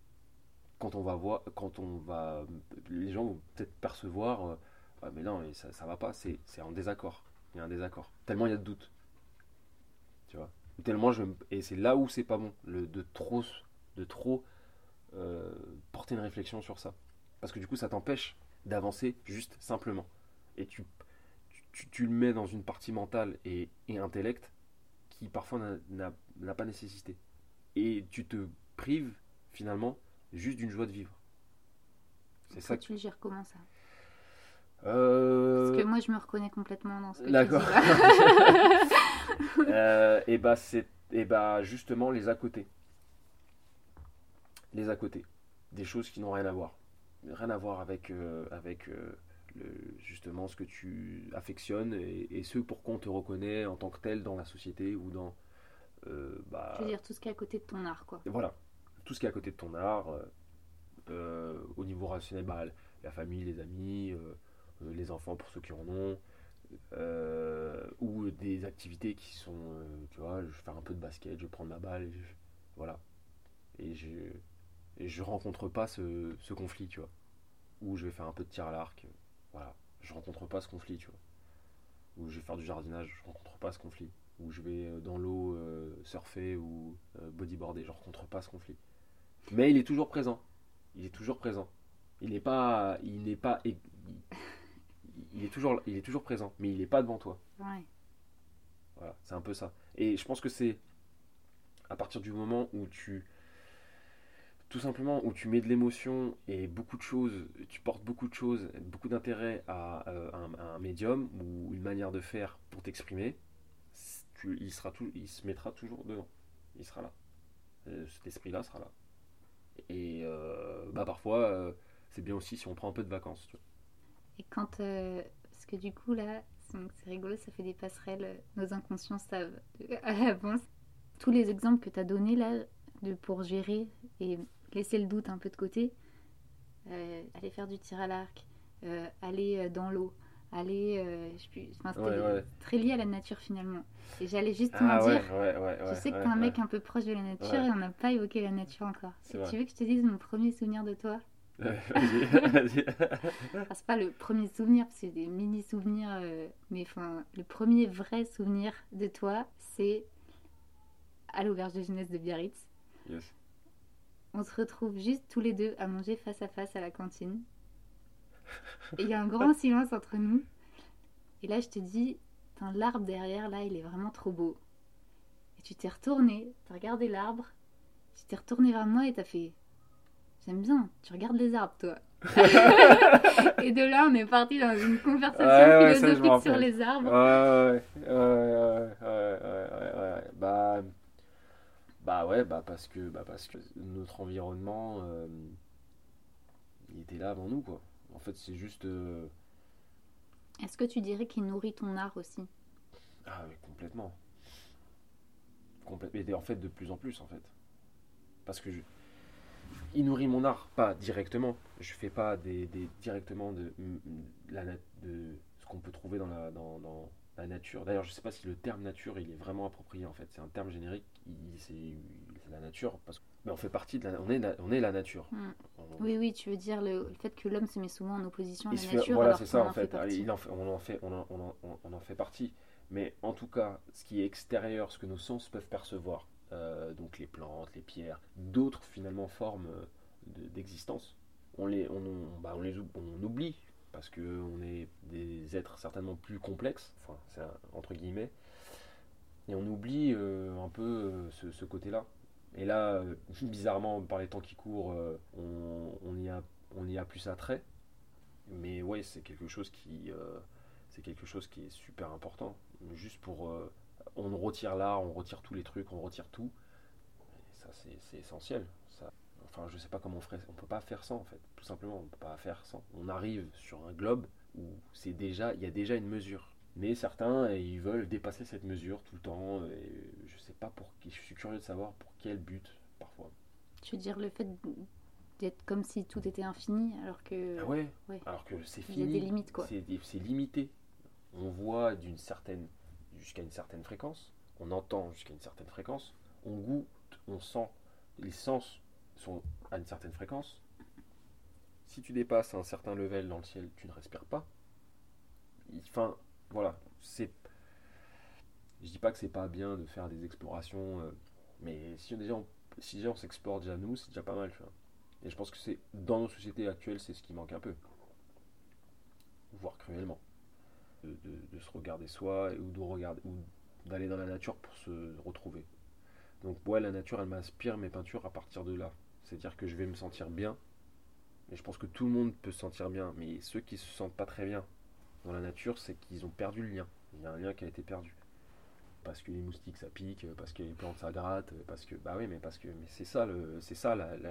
quand on va, les gens vont peut-être percevoir, ah, mais non, mais ça va pas, c'est en désaccord. Il y a un désaccord. Tellement il y a de doute, tu vois. Tellement et c'est là où c'est pas bon, de trop porter une réflexion sur ça. Parce que du coup, ça t'empêche d'avancer juste simplement. Et tu le mets dans une partie mentale et intellect qui parfois n'a pas nécessité. Et tu te prives finalement juste d'une joie de vivre. C'est Toi, ça. tu le gères comment ça? Parce Euh, que moi, je me reconnais complètement dans ce que tu D'accord. dis là. Et bah justement les à côté. Les à côté. Des choses qui n'ont rien à voir. Rien à voir justement ce que tu affectionnes et ce pourquoi on te reconnaît en tant que tel dans la société ou dans Je veux dire tout ce qui est à côté de ton art, quoi. voilà, tout ce qui est à côté de ton art au niveau rationnel, bah, la famille, les amis, les enfants pour ceux qui en ont, ou des activités qui sont tu vois, je vais faire un peu de basket, je vais prendre ma balle voilà, et je rencontre pas ce conflit, tu vois, ou je vais faire un peu de tir à l'arc, voilà, je rencontre pas ce conflit, tu vois, ou je vais faire du jardinage, je rencontre pas ce conflit, ou je vais dans l'eau surfer ou bodyboarder, je rencontre pas ce conflit. Mais il est toujours présent. Il est toujours présent. Il est toujours présent, mais il n'est pas devant toi. Ouais. Voilà, c'est un peu ça. Et je pense que c'est à partir du moment tout simplement, où tu mets de l'émotion et beaucoup de choses, tu portes beaucoup de choses, beaucoup d'intérêt à un médium ou une manière de faire pour t'exprimer, il se mettra toujours devant. Il sera là. Cet esprit-là sera là. Et bah parfois, c'est bien aussi si on prend un peu de vacances. Tu vois. Et quand. Parce que du coup, là, c'est rigolo, ça fait des passerelles. Nos inconscients savent à l'avance. Tous les exemples que tu as donnés là, pour gérer et laisser le doute un peu de côté, aller faire du tir à l'arc, aller dans l'eau, aller. Je sais plus, enfin, c'était Ouais. très lié à la nature finalement. Et j'allais justement Ah dire. ouais. Je sais que t'es un mec un peu proche de la nature Ouais. et on n'a pas évoqué la nature encore. C'est Et vrai. tu veux que je te dise mon premier souvenir de toi? Vas-y, vas-y. Enfin, c'est pas le premier souvenir, parce que c'est des mini-souvenirs, mais enfin, le premier vrai souvenir de toi, c'est à l'auberge de jeunesse de Biarritz. Yes. On se retrouve juste tous les deux à manger face à face à la cantine. Et il y a un grand silence entre nous. Et là, je te dis, putain, l'arbre derrière, là, il est vraiment trop beau. Et tu t'es retourné, t'as regardé l'arbre, tu t'es retourné vers moi et t'as fait, j'aime bien, tu regardes les arbres, toi. Et de là, on est parti dans une conversation Ouais, ça, je me philosophique sur rappelle. les arbres. Ouais. Bah parce que notre environnement, il était là avant nous, quoi. En fait, c'est juste. Est-ce que tu dirais qu'il nourrit ton art aussi? Ah, oui, complètement. Et en fait, de plus en plus, en fait. Parce que il nourrit mon art, pas directement. Je fais pas directement de ce qu'on peut trouver dans la nature. D'ailleurs, je sais pas si le terme nature il est vraiment approprié en fait. C'est un terme générique. C'est la nature parce que mais on fait partie de on est la nature. Mm. On- Oui, oui, tu veux dire le fait que l'homme se met souvent en opposition à il la se fait, nature voilà, alors c'est qu'on ça en en fait fait. partie. On en fait partie. Mais en tout cas, ce qui est extérieur, ce que nos sens peuvent percevoir, donc les plantes, les pierres, d'autres finalement formes d'existence, on oublie parce qu'on est des êtres certainement plus complexes, enfin, entre guillemets, et on oublie un peu ce côté-là. Et là, bizarrement, par les temps qui courent, on y a plus attrait. Mais ouais, c'est quelque chose qui est super important. Juste pour, on retire l'art, on retire tous les trucs, on retire tout. Et ça, c'est essentiel. Ça, enfin, je sais pas comment on ferait. On peut pas faire sans en fait. Tout simplement, on peut pas faire sans. On arrive sur un globe où il y a déjà une mesure. Mais certains, ils veulent dépasser cette mesure tout le temps. Et je sais pas pour qui. Je suis curieux de savoir pour quel but parfois. Tu veux dire le fait d'être comme si tout était infini alors que Ah ouais. ouais, Alors que c'est il y a des fini. limites quoi. C'est limité. On voit jusqu'à une certaine fréquence, on entend jusqu'à une certaine fréquence, on goûte, on sent, les sens sont à une certaine fréquence. Si tu dépasses un certain level dans le ciel, tu ne respires pas. Enfin, voilà, je dis pas que c'est pas bien de faire des explorations, mais si déjà on s'explore déjà nous, c'est déjà pas mal, tu vois. Et je pense que c'est dans nos sociétés actuelles, c'est ce qui manque un peu, voire cruellement. De se regarder soi ou d'aller dans la nature pour se retrouver. Donc ouais, la nature, elle m'inspire mes peintures à partir de là. C'est-à-dire que je vais me sentir bien, et je pense que tout le monde peut se sentir bien, mais ceux qui se sentent pas très bien dans la nature, c'est qu'ils ont perdu le lien. Il y a un lien qui a été perdu. Parce que les moustiques ça pique, parce que les plantes ça gratte, parce que bah oui, mais c'est ça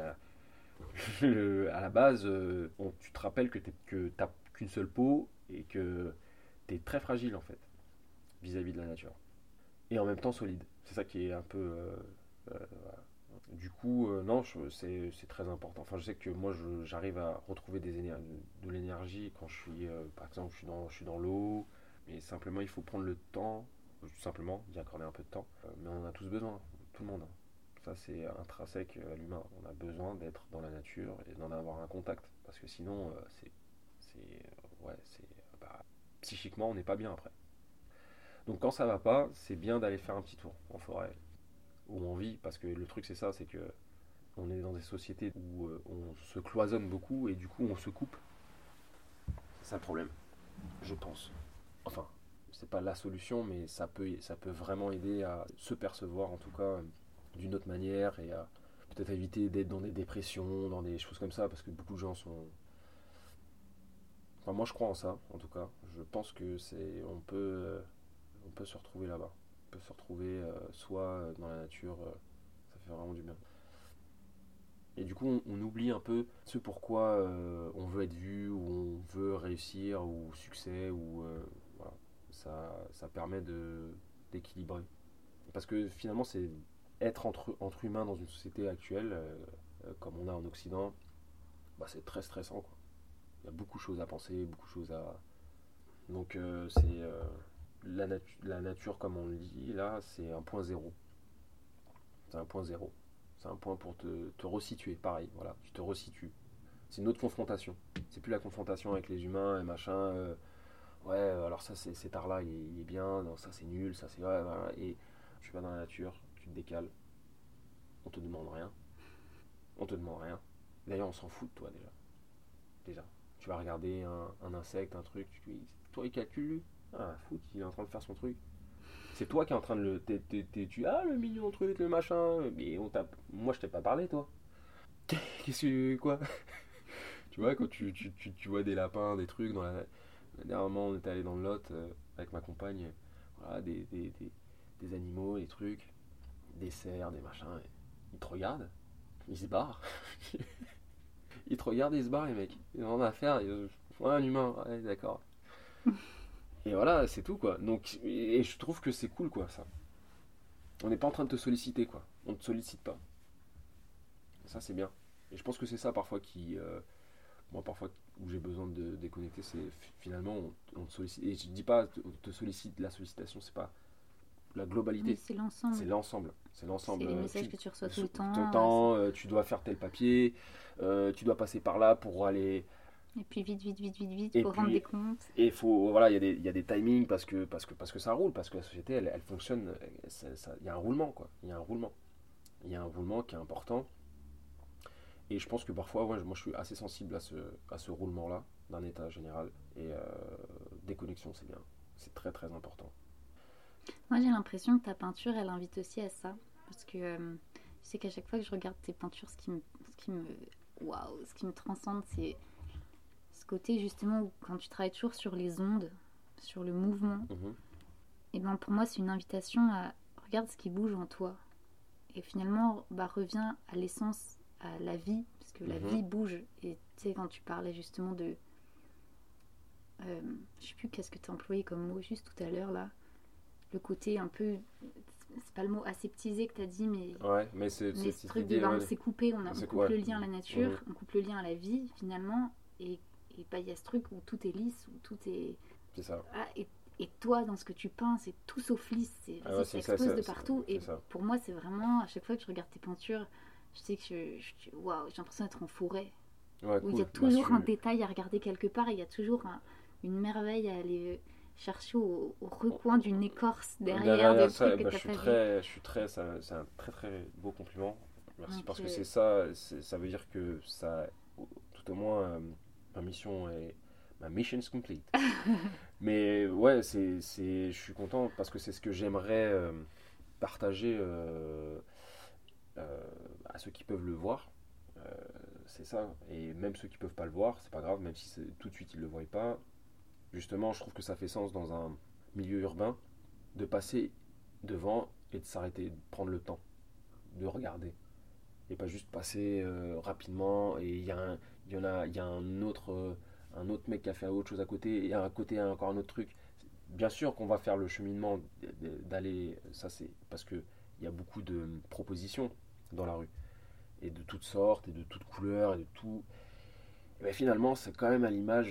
à la base, tu te rappelles que t'as qu'une seule peau et que t'es très fragile en fait vis-à-vis de la nature. Et en même temps solide. C'est ça qui est un peu. Voilà. Du coup, non, c'est très important. Enfin, je sais que moi, j'arrive à retrouver de l'énergie quand je suis, par exemple, je suis dans l'eau. Mais simplement, il faut prendre le temps, tout simplement, d'y accorder un peu de temps. Mais on en a tous besoin, tout le monde. Ça, c'est intrinsèque à l'humain. On a besoin d'être dans la nature et d'en avoir un contact. Parce que sinon, ouais, bah, psychiquement, on n'est pas bien après. Donc quand ça va pas, c'est bien d'aller faire un petit tour en forêt où on vit, parce que le truc c'est ça, c'est que on est dans des sociétés où on se cloisonne beaucoup et du coup on se coupe. C'est ça le problème, je pense. Enfin, c'est pas la solution, mais ça peut vraiment aider à se percevoir en tout cas d'une autre manière et à peut-être éviter d'être dans des dépressions, dans des choses comme ça, parce que beaucoup de gens sont. Enfin, moi je crois en ça, en tout cas. Je pense que on peut se retrouver là-bas. On peut se retrouver soit dans la nature, ça fait vraiment du bien. Et du coup, on oublie un peu ce pourquoi on veut être vu, ou on veut réussir, ou succès, ou voilà. Ça permet d'équilibrer. Parce que finalement, c'est être entre humains dans une société actuelle, comme on a en Occident, bah, c'est très stressant, quoi. Il y a beaucoup de choses à penser, beaucoup de choses à. Donc, c'est la nature, comme on le dit là, c'est un point zéro. C'est un point zéro. C'est un point pour te resituer. Pareil, voilà, tu te resitues. C'est une autre confrontation. C'est plus la confrontation avec les humains et machin. Ouais, alors ça, cet art-là, il est bien. Non, ça, c'est nul. Ça, c'est. Ouais, voilà. Et tu vas dans la nature, tu te décales. On te demande rien. On te demande rien. D'ailleurs, on s'en fout de toi déjà. Déjà. Tu vas regarder un insecte, un truc. Toi, il calcule lui. Ah, foot, il est en train de faire son truc. C'est toi qui es en train de le. Ah, le mignon truc, le machin. Mais moi, je t'ai pas parlé, toi. Qu'est-ce que. Quoi. Tu vois, quand tu vois des lapins, des trucs. Dernièrement, on était allé dans le Lot avec ma compagne. Voilà, des animaux, des trucs. Des cerfs, des machins. Ils te regardent. Ils se barrent. Ils te regardent et ils se barrent, les mecs. Ils ont rien à faire. Ouais, un humain. Ouais, d'accord. Et voilà, c'est tout, quoi. Donc, et je trouve que c'est cool, quoi, ça. On n'est pas en train de te solliciter, quoi. On ne te sollicite pas. Ça, c'est bien. Et je pense que c'est ça parfois moi parfois où j'ai besoin de déconnecter, c'est finalement on te sollicite. Et je dis pas te sollicite, la sollicitation, c'est pas la Oui, globalité, c'est l'ensemble. c'est l'ensemble. C'est C'est l'ensemble. les messages que tu reçois tout le Tout le temps. temps, tu dois faire tel papier, tu dois passer par là pour aller. Et puis vite, vite, vite, vite, vite, Et pour rendre des puis, comptes. et faut, voilà, il y a des timings parce que ça roule, parce que la société, elle fonctionne. Il y a un roulement, quoi. Il y a un roulement. Il y a un roulement qui est important. Et je pense que parfois, ouais, moi, je suis assez sensible à ce roulement-là, d'un état général. Et déconnexion, c'est bien. C'est très, très important. Moi, j'ai l'impression que ta peinture, elle invite aussi à ça. Parce que je sais qu'à chaque fois que je regarde tes peintures, waouh, ce qui me transcende, c'est ce côté justement où quand tu travailles toujours sur les ondes, sur le mouvement. Mhm. Et ben pour moi, c'est une invitation à regarde ce qui bouge en toi. Et finalement, bah, reviens à l'essence, à la vie, parce que la Mhm. vie bouge. Et tu sais, quand tu parlais justement de. Je sais plus qu'est-ce que tu as employé comme mot juste tout à l'heure là. Le côté un peu. C'est pas le mot aseptisé que tu as dit, Ouais, mais mais c'est ce cette truc de idée, bah, on ouais. s'est coupé, on C'est coupe quoi? le lien à la nature, Mhm. on coupe le lien à la vie finalement. Et bah, il y a ce truc où tout est lisse, où tout est. C'est ça. Ah, et toi, dans ce que tu peins, c'est tout sauf lisse, Ah ouais, ça explose de partout. c'est Et ça. pour moi, c'est vraiment, à chaque fois que je regarde tes peintures, je sais que waouh, j'ai l'impression d'être en forêt, Ouais, où il y a cool. Bah, toujours un détail à regarder quelque part, et il y a toujours une merveille à aller chercher au recoin d'une écorce derrière derrière de ça, trucs que bah, t'as pas vu. c'est un très très beau compliment. Merci Donc, parce que c'est ça, ça veut dire que ça, tout au moins, ma mission est, ma mission's complete. Mais ouais, je suis content parce que c'est ce que j'aimerais partager à ceux qui peuvent le voir. Euh, c'est ça. Et même ceux qui peuvent pas le voir, c'est pas grave, même si tout de suite ils le voient pas. Justement, je trouve que ça fait sens dans un milieu urbain de passer devant et de s'arrêter, de prendre le temps, de regarder. Et pas juste passer rapidement et il y a un autre mec qui a fait autre chose à côté et à côté encore un autre truc. Bien sûr qu'on va faire le cheminement d'aller, ça c'est parce que il y a beaucoup de propositions dans la rue et de toutes sortes et de toutes couleurs et de tout. Et ben finalement, c'est quand même à l'image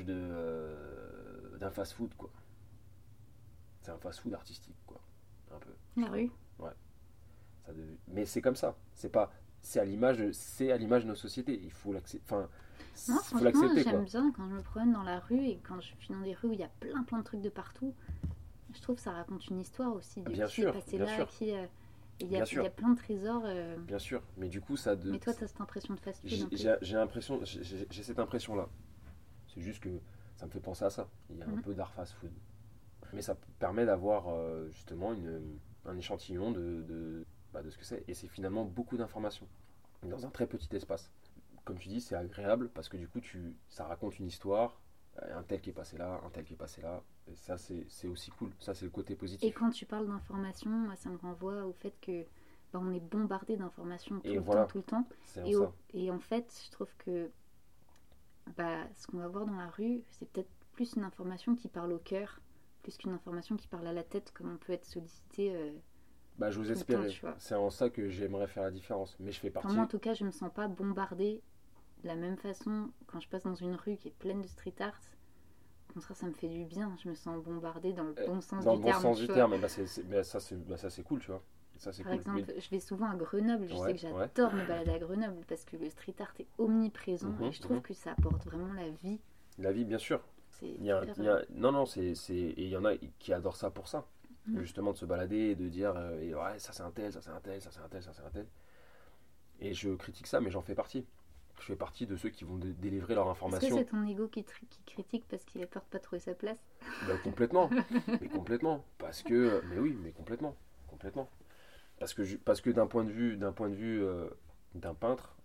d'un fast-food quoi. C'est un fast-food artistique quoi, un peu. Je la trouve. rue. Ouais. Mais c'est comme ça. C'est pas. C'est à l'image de nos sociétés. Il faut l'accepter. Enfin, Moi, faut franchement, l'accepter j'aime quoi. bien quand je me promène dans la rue et quand je suis dans des rues où il y a plein plein de trucs de partout. Je trouve que ça raconte une histoire aussi de Bien qui est sûr, passé bien là, sûr, qui. bien Il y sûr, a plein de trésors. bien sûr. Mais du coup, ça de. Mais toi, tu as cette impression de fast-food un peu. J'ai l'impression, j'ai cette impression là. C'est juste que ça me fait penser à ça. Il y a un Mhm. peu d'art fast-food. Mais ça permet d'avoir justement un échantillon de ce que c'est. Et c'est finalement beaucoup d'informations dans un très petit espace. Comme tu dis, c'est agréable parce que du coup, ça raconte une histoire. Un tel qui est passé là, un tel qui est passé là. Et ça, c'est aussi cool. Ça, c'est le côté Et positif. quand tu parles d'informations, moi, ça me renvoie au fait que bah, on est bombardé d'informations Et tout le temps, voilà, tout le temps. c'est en ça. Et en fait, je trouve que bah, ce qu'on va voir dans la rue, c'est peut-être plus une information qui parle au cœur, plus qu'une information qui parle à la tête, comme on peut être sollicité Bah, j'ose tout le temps, espérer. tu vois. C'est en ça que j'aimerais faire la différence. Mais je fais Enfin, moi, en partie. tout cas, je me sens pas bombardée de la même façon quand je passe dans une rue qui est pleine de street art. Au contraire, ça me fait du bien. Je me sens bombardée dans le bon sens Dans du le bon terme, sens tu du vois. terme, et bah, ça c'est cool, tu vois. Ça c'est Par cool. Mais exemple, je vais souvent à Grenoble. Je sais ouais, que ouais. j'adore me balader à Grenoble parce que le street art est omniprésent et Mhm, je trouve mhm. que ça apporte vraiment la vie. La vie, bien sûr. C'est hyper. Non, non, et il y en a qui adorent ça pour ça. Mhm. Justement, de se balader et de dire, et ouais, ça c'est un tel, ça c'est un tel, ça c'est un tel, ça c'est un tel. Et je critique ça, mais j'en fais partie. Je fais partie de ceux qui vont délivrer leur Est-ce que information. c'est ton ego qui critique parce qu'il a peur de pas trouver sa place? Ben, complètement. Mais complètement. Parce que. Mais oui, mais complètement. Complètement. Parce que d'un point de vue d'un peintre,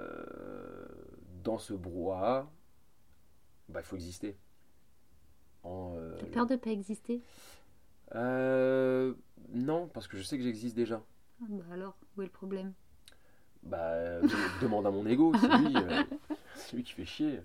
dans ce brouhaha, bah, il faut exister. En, T'as peur de pas exister? euh, non, parce que je sais que j'existe déjà. Ah bah alors, où est le problème? Bah, demande à mon ego, c'est lui qui fait chier.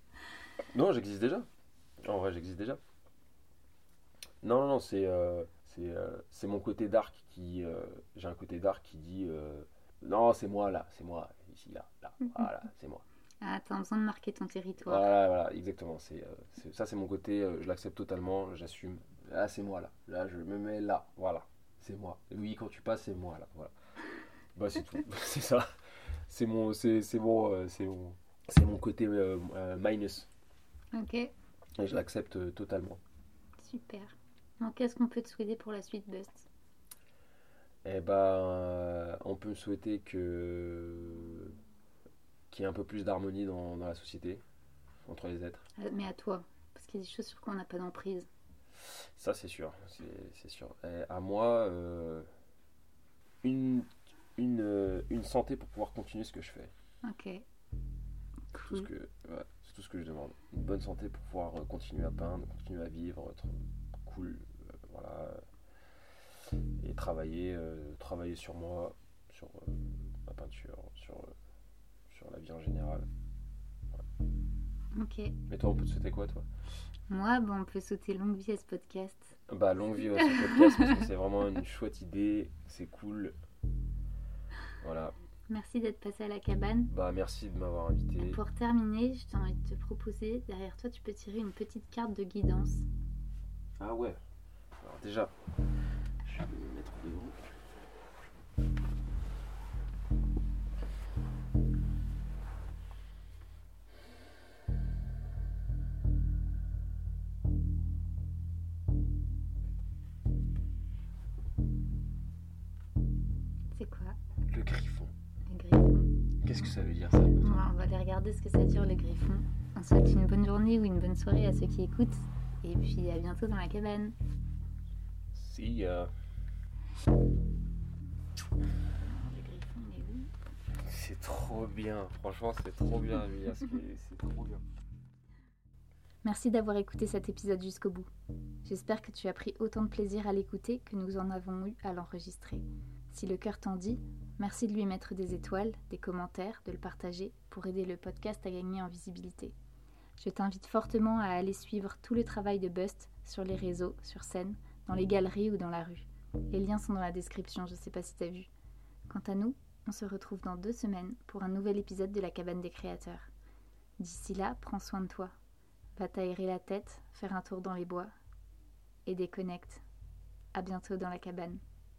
Non, j'existe déjà. En vrai, j'existe déjà. Non, non, non, C'est mon côté dark qui. J'ai un côté dark qui dit non, c'est moi là, c'est moi, ici, là, voilà, c'est moi. Ah, t'as besoin de marquer ton territoire. Voilà, exactement. Ça, c'est mon côté, je l'accepte totalement, j'assume. Là, c'est moi là. Là, je me mets là, voilà, c'est moi. Oui, quand tu passes, c'est moi là, voilà. Bah, c'est tout, c'est ça. C'est mon côté minus. Ok, Et je l'accepte totalement. super. Donc, qu'est-ce qu'on peut te souhaiter pour la suite, Bust? Eh ben, on peut souhaiter qu'il y ait un peu plus d'harmonie dans la société, entre les êtres. Mais à toi, parce qu'il y a des choses sur quoi on n'a pas d'emprise. Ça, c'est sûr, c'est sûr. Et à moi, une, une santé pour pouvoir continuer ce que je fais. Ok, Tout ce cool. c'est tout ce que je demande. Une bonne santé pour pouvoir continuer à peindre, continuer à vivre, être cool, voilà. Et travailler sur moi, sur ma peinture, sur la vie en général. Ok. Et toi, on peut te souhaiter quoi, toi? Moi, bon, on peut sauter longue vie à ce podcast. Bah, longue vie à ce podcast parce que c'est vraiment une chouette idée, c'est cool. Voilà. Merci d'être passé à la cabane. Bah, merci de m'avoir invité. Et pour terminer, je t'ai envie de te proposer, derrière toi, tu peux tirer une petite carte de guidance. Ah ouais. Alors déjà, je vais me mettre devant. C'est quoi? Le griffon. Le griffon. Qu'est-ce que ça veut dire ça? Bon, on va aller regarder ce que ça dure, le griffon. On souhaite une bonne journée ou une bonne soirée à ceux qui écoutent. Et puis à bientôt dans la cabane. See ya. Le griffon, il est où? C'est trop bien. Franchement, c'est trop bien, Amelia. C'est trop bien. Merci d'avoir écouté cet épisode jusqu'au bout. J'espère que tu as pris autant de plaisir à l'écouter que nous en avons eu à l'enregistrer. Si le cœur t'en dit, merci de lui mettre des étoiles, des commentaires, de le partager pour aider le podcast à gagner en visibilité. Je t'invite fortement à aller suivre tout le travail de Bust sur les réseaux, sur scène, dans les galeries ou dans la rue. Les liens sont dans la description, je ne sais pas si t'as vu. Quant à nous, on se retrouve dans 2 semaines pour un nouvel épisode de la cabane des créateurs. D'ici là, prends soin de toi. Va t'aérer la tête, faire un tour dans les bois et déconnecte. À bientôt dans la cabane.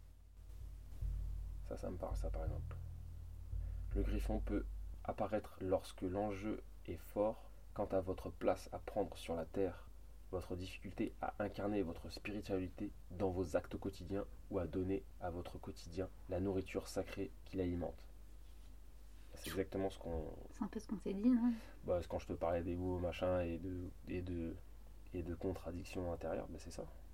Ça me parle, ça, par exemple. Le griffon peut apparaître lorsque l'enjeu est fort quant à votre place à prendre sur la terre, votre difficulté à incarner votre spiritualité dans vos actes quotidiens ou à donner à votre quotidien la nourriture sacrée qui l'alimente. C'est exactement ce qu'on... C'est un peu ce qu'on s'est dit, non? Bah, quand je te parlais des mots, machin, et de contradictions intérieures, bah c'est ça.